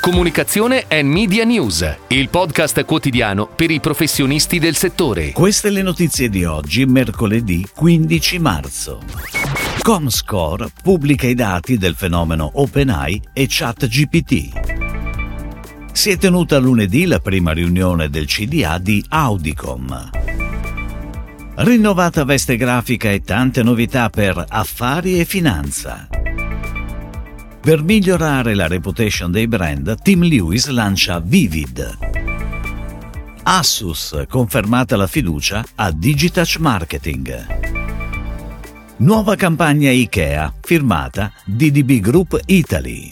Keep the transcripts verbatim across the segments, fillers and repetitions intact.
Comunicazione and Media News, il podcast quotidiano per i professionisti del settore. Queste le notizie di oggi, mercoledì quindici marzo. Comscore pubblica i dati del fenomeno OpenAI e ChatGPT. Si è tenuta lunedì la prima riunione del C D A di Audicom. Rinnovata veste grafica e tante novità per affari e finanza. Per migliorare la reputation dei brand, Tim Lewis lancia Vivid. Asus confermata la fiducia a Digitouch Marketing. Nuova campagna IKEA firmata D D B Group Italy.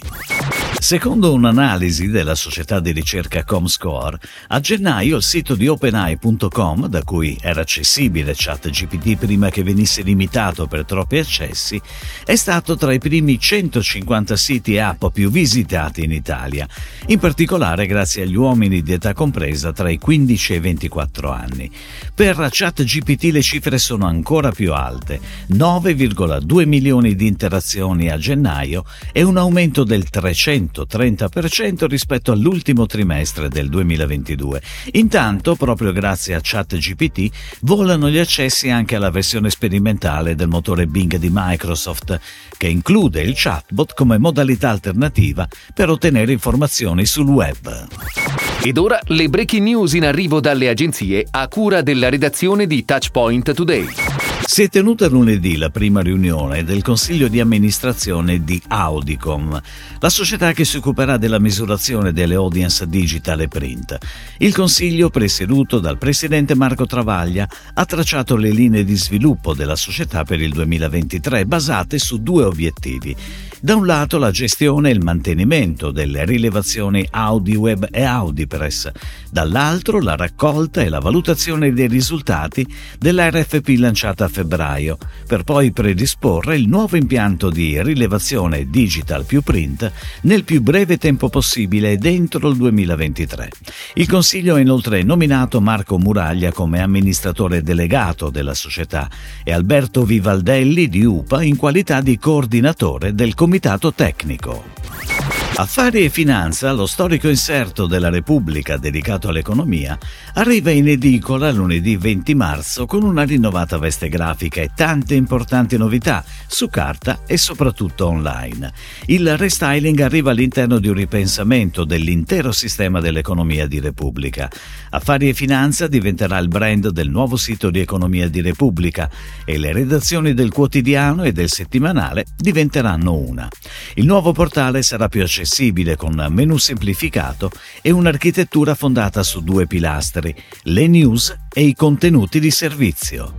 Secondo un'analisi della società di ricerca Comscore, a gennaio il sito di OpenAI punto com, da cui era accessibile ChatGPT prima che venisse limitato per troppi accessi, è stato tra i primi centocinquanta siti e app più visitati in Italia, in particolare grazie agli uomini di età compresa tra i quindici e i ventiquattro anni. Per ChatGPT le cifre sono ancora più alte, nove virgola due milioni di interazioni a gennaio e un aumento del trecentotrenta per cento rispetto all'ultimo trimestre del duemilaventidue. Intanto, proprio grazie a ChatGPT, volano gli accessi anche alla versione sperimentale del motore Bing di Microsoft, che include il chatbot come modalità alternativa per ottenere informazioni sul web. Ed ora le breaking news in arrivo dalle agenzie a cura della redazione di Touchpoint Today. Si è tenuta lunedì la prima riunione del consiglio di amministrazione di Audicom, la società che si occuperà della misurazione delle audience digital e print. Il consiglio, presieduto dal presidente Marco Travaglia, ha tracciato le linee di sviluppo della società per il duemilaventitré basate su due obiettivi. Da un lato la gestione e il mantenimento delle rilevazioni AudiWeb e AudiPress, dall'altro la raccolta e la valutazione dei risultati dell'R F P lanciata a febbraio, per poi predisporre il nuovo impianto di rilevazione digital più print nel più breve tempo possibile dentro il duemilaventitré. Il Consiglio ha inoltre nominato Marco Muraglia come amministratore delegato della società e Alberto Vivaldelli di U P A in qualità di coordinatore del comitato tecnico. Affari e Finanza, lo storico inserto della Repubblica dedicato all'economia, arriva in edicola lunedì venti marzo con una rinnovata veste grafica e tante importanti novità su carta e soprattutto online. Il restyling arriva all'interno di un ripensamento dell'intero sistema dell'economia di Repubblica. Affari e Finanza diventerà il brand del nuovo sito di economia di Repubblica e le redazioni del quotidiano e del settimanale diventeranno una. Il nuovo portale sarà più accessibile con menu semplificato e un'architettura fondata su due pilastri, le news e i contenuti di servizio.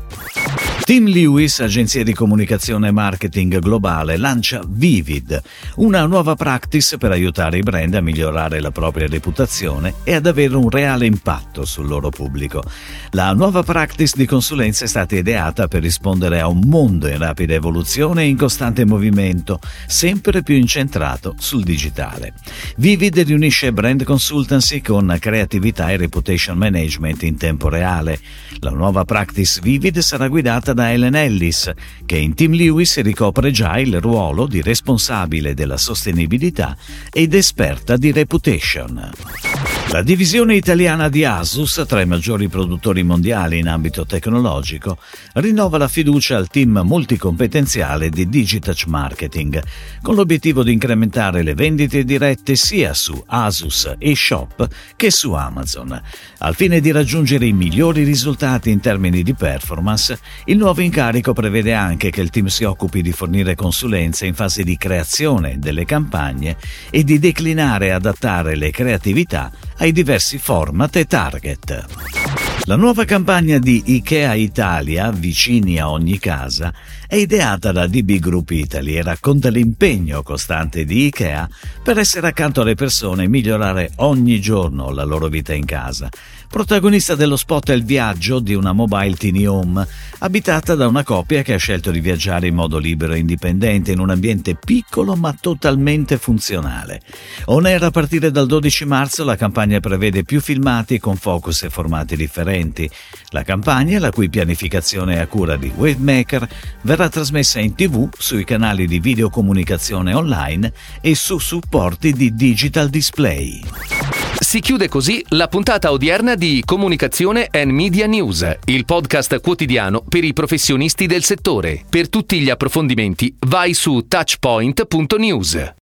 Tim Lewis, agenzia di comunicazione e marketing globale, lancia Vivid, una nuova practice per aiutare i brand a migliorare la propria reputazione e ad avere un reale impatto sul loro pubblico. La nuova practice di consulenza è stata ideata per rispondere a un mondo in rapida evoluzione e in costante movimento, sempre più incentrato sul digitale. Vivid riunisce brand consultancy con creatività e reputation management in tempo reale. La nuova practice Vivid sarà guidata da Ellen Ellis, che in Tim Lewis ricopre già il ruolo di responsabile della sostenibilità ed esperta di reputation. La divisione italiana di Asus, tra i maggiori produttori mondiali in ambito tecnologico, rinnova la fiducia al team multicompetenziale di Digitouch Marketing, con l'obiettivo di incrementare le vendite dirette sia su Asus eShop che su Amazon. Al fine di raggiungere i migliori risultati in termini di performance, il nuovo incarico prevede anche che il team si occupi di fornire consulenze in fase di creazione delle campagne e di declinare e adattare le creatività ai diversi format e target. La nuova campagna di IKEA Italia, Vicini a ogni casa, è ideata da D B Group Italy e racconta l'impegno costante di IKEA per essere accanto alle persone e migliorare ogni giorno la loro vita in casa. Protagonista dello spot è il viaggio di una mobile tiny home, abitata da una coppia che ha scelto di viaggiare in modo libero e indipendente in un ambiente piccolo ma totalmente funzionale. On air a partire dal dodici marzo la campagna prevede più filmati con focus e formati differenti. La campagna, la cui pianificazione è a cura di Wavemaker, verrà sarà trasmessa in tivù, sui canali di videocomunicazione online e su supporti di digital display. Si chiude così la puntata odierna di Comunicazione and Media News, il podcast quotidiano per i professionisti del settore. Per tutti gli approfondimenti vai su touchpoint punto news.